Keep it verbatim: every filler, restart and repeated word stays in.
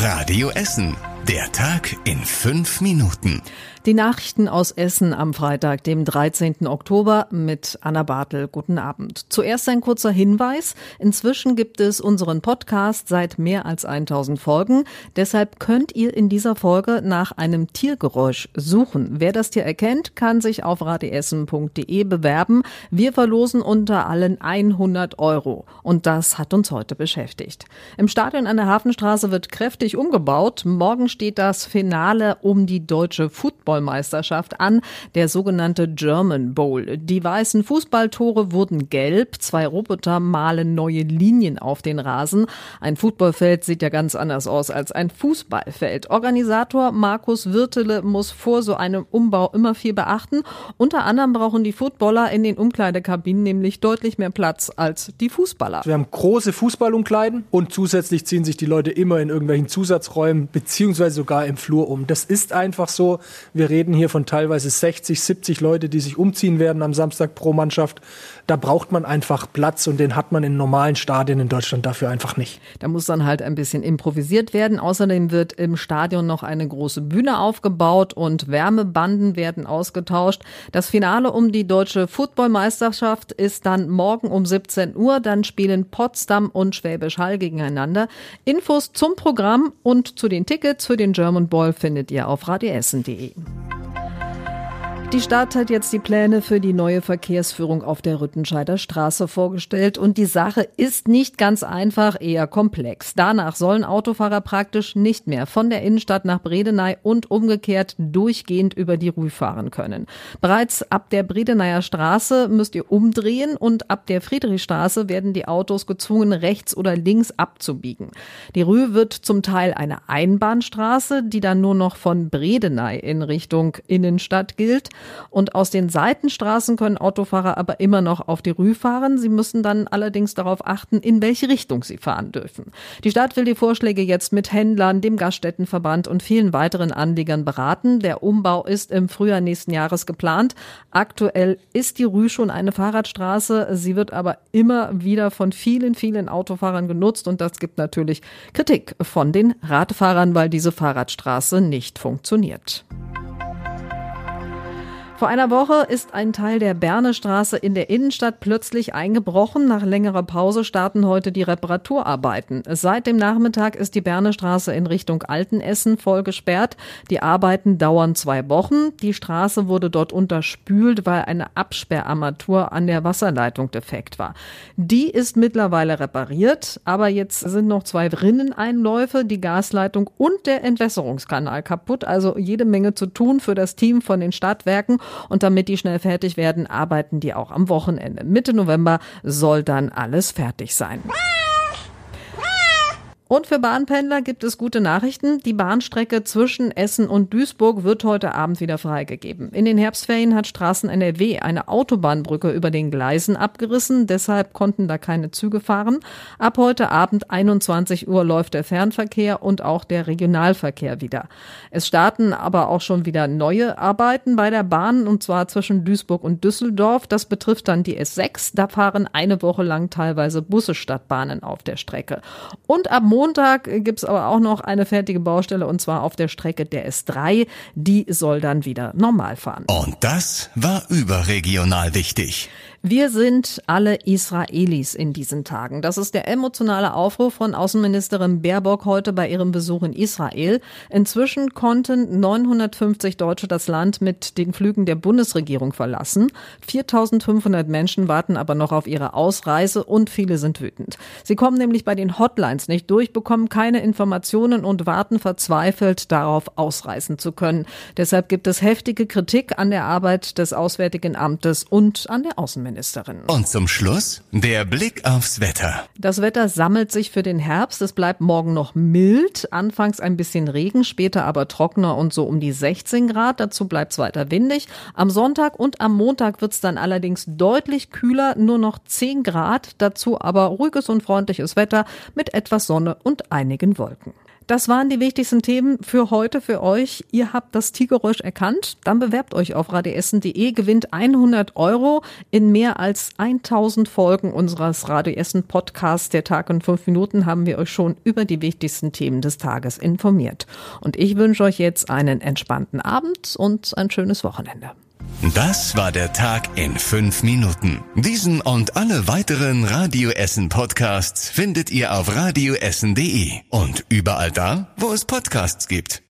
Radio Essen. Der Tag in fünf Minuten. Die Nachrichten aus Essen am Freitag, dem dreizehnten Oktober mit Anna Bartel. Guten Abend. Zuerst ein kurzer Hinweis. Inzwischen gibt es unseren Podcast seit mehr als tausend Folgen. Deshalb könnt ihr in dieser Folge nach einem Tiergeräusch suchen. Wer das Tier erkennt, kann sich auf radioessen punkt de bewerben. Wir verlosen unter allen hundert Euro. Und das hat uns heute beschäftigt. Im Stadion an der Hafenstraße wird kräftig umgebaut. Morgen steht das Finale um die deutsche Footballmeisterschaft an, der sogenannte German Bowl. Die weißen Fußballtore wurden gelb, zwei Roboter malen neue Linien auf den Rasen. Ein Footballfeld sieht ja ganz anders aus als ein Fußballfeld. Organisator Markus Wirtele muss vor so einem Umbau immer viel beachten. Unter anderem brauchen die Footballer in den Umkleidekabinen nämlich deutlich mehr Platz als die Fußballer. Wir haben große Fußballumkleiden und zusätzlich ziehen sich die Leute immer in irgendwelchen Zusatzräumen beziehungsweise sogar im Flur um. Das ist einfach so. Wir reden hier von teilweise sechzig, siebzig Leute, die sich umziehen werden am Samstag pro Mannschaft. Da braucht man einfach Platz und den hat man in normalen Stadien in Deutschland dafür einfach nicht. Da muss dann halt ein bisschen improvisiert werden. Außerdem wird im Stadion noch eine große Bühne aufgebaut und Wärmebanden werden ausgetauscht. Das Finale um die deutsche Footballmeisterschaft ist dann morgen um siebzehn Uhr. Dann spielen Potsdam und Schwäbisch Hall gegeneinander. Infos zum Programm und zu den Tickets für den German Bowl findet ihr auf radioessen punkt de. Die Stadt hat jetzt die Pläne für die neue Verkehrsführung auf der Rüttenscheider Straße vorgestellt und die Sache ist nicht ganz einfach, eher komplex. Danach sollen Autofahrer praktisch nicht mehr von der Innenstadt nach Bredeney und umgekehrt durchgehend über die Rü fahren können. Bereits ab der Bredeneyer Straße müsst ihr umdrehen und ab der Friedrichstraße werden die Autos gezwungen, rechts oder links abzubiegen. Die Rü wird zum Teil eine Einbahnstraße, die dann nur noch von Bredeney in Richtung Innenstadt gilt. Und aus den Seitenstraßen können Autofahrer aber immer noch auf die Rü fahren. Sie müssen dann allerdings darauf achten, in welche Richtung sie fahren dürfen. Die Stadt will die Vorschläge jetzt mit Händlern, dem Gaststättenverband und vielen weiteren Anliegern beraten. Der Umbau ist im Frühjahr nächsten Jahres geplant. Aktuell ist die Rü schon eine Fahrradstraße. Sie wird aber immer wieder von vielen, vielen Autofahrern genutzt. Und das gibt natürlich Kritik von den Radfahrern, weil diese Fahrradstraße nicht funktioniert. Vor einer Woche ist ein Teil der Bernestraße in der Innenstadt plötzlich eingebrochen. Nach längerer Pause starten heute die Reparaturarbeiten. Seit dem Nachmittag ist die Bernestraße in Richtung Altenessen voll gesperrt. Die Arbeiten dauern zwei Wochen. Die Straße wurde dort unterspült, weil eine Absperrarmatur an der Wasserleitung defekt war. Die ist mittlerweile repariert, aber jetzt sind noch zwei Rinneneinläufe, die Gasleitung und der Entwässerungskanal kaputt. Also jede Menge zu tun für das Team von den Stadtwerken. Und damit die schnell fertig werden, arbeiten die auch am Wochenende. Mitte November soll dann alles fertig sein. Und für Bahnpendler gibt es gute Nachrichten. Die Bahnstrecke zwischen Essen und Duisburg wird heute Abend wieder freigegeben. In den Herbstferien hat Straßen N R W eine Autobahnbrücke über den Gleisen abgerissen. Deshalb konnten da keine Züge fahren. Ab heute Abend einundzwanzig Uhr läuft der Fernverkehr und auch der Regionalverkehr wieder. Es starten aber auch schon wieder neue Arbeiten bei der Bahn, und zwar zwischen Duisburg und Düsseldorf. Das betrifft dann die S sechs. Da fahren eine Woche lang teilweise Busse statt Bahnen auf der Strecke. Und ab Montag gibt es aber auch noch eine fertige Baustelle, und zwar auf der Strecke der S drei. Die soll dann wieder normal fahren. Und das war überregional wichtig. Wir sind alle Israelis in diesen Tagen. Das ist der emotionale Aufruf von Außenministerin Baerbock heute bei ihrem Besuch in Israel. Inzwischen konnten neunhundertfünfzig Deutsche das Land mit den Flügen der Bundesregierung verlassen. viertausendfünfhundert Menschen warten aber noch auf ihre Ausreise und viele sind wütend. Sie kommen nämlich bei den Hotlines nicht durch, bekommen keine Informationen und warten verzweifelt darauf, ausreisen zu können. Deshalb gibt es heftige Kritik an der Arbeit des Auswärtigen Amtes und an der Außenministerin. Und zum Schluss der Blick aufs Wetter. Das Wetter sammelt sich für den Herbst. Es bleibt morgen noch mild, anfangs ein bisschen Regen, später aber trockener und so um die sechzehn Grad. Dazu bleibt es weiter windig. Am Sonntag und am Montag wird es dann allerdings deutlich kühler, nur noch zehn Grad. Dazu aber ruhiges und freundliches Wetter mit etwas Sonne und einigen Wolken. Das waren die wichtigsten Themen für heute für euch. Ihr habt das Tiergeräusch erkannt. Dann bewerbt euch auf radioessen punkt de, gewinnt hundert Euro. In mehr als tausend Folgen unseres Radio Essen Podcasts Der Tag in fünf Minuten haben wir euch schon über die wichtigsten Themen des Tages informiert. Und ich wünsche euch jetzt einen entspannten Abend und ein schönes Wochenende. Das war der Tag in fünf Minuten. Diesen und alle weiteren Radio Essen Podcasts findet ihr auf radioessen punkt de und überall da, wo es Podcasts gibt.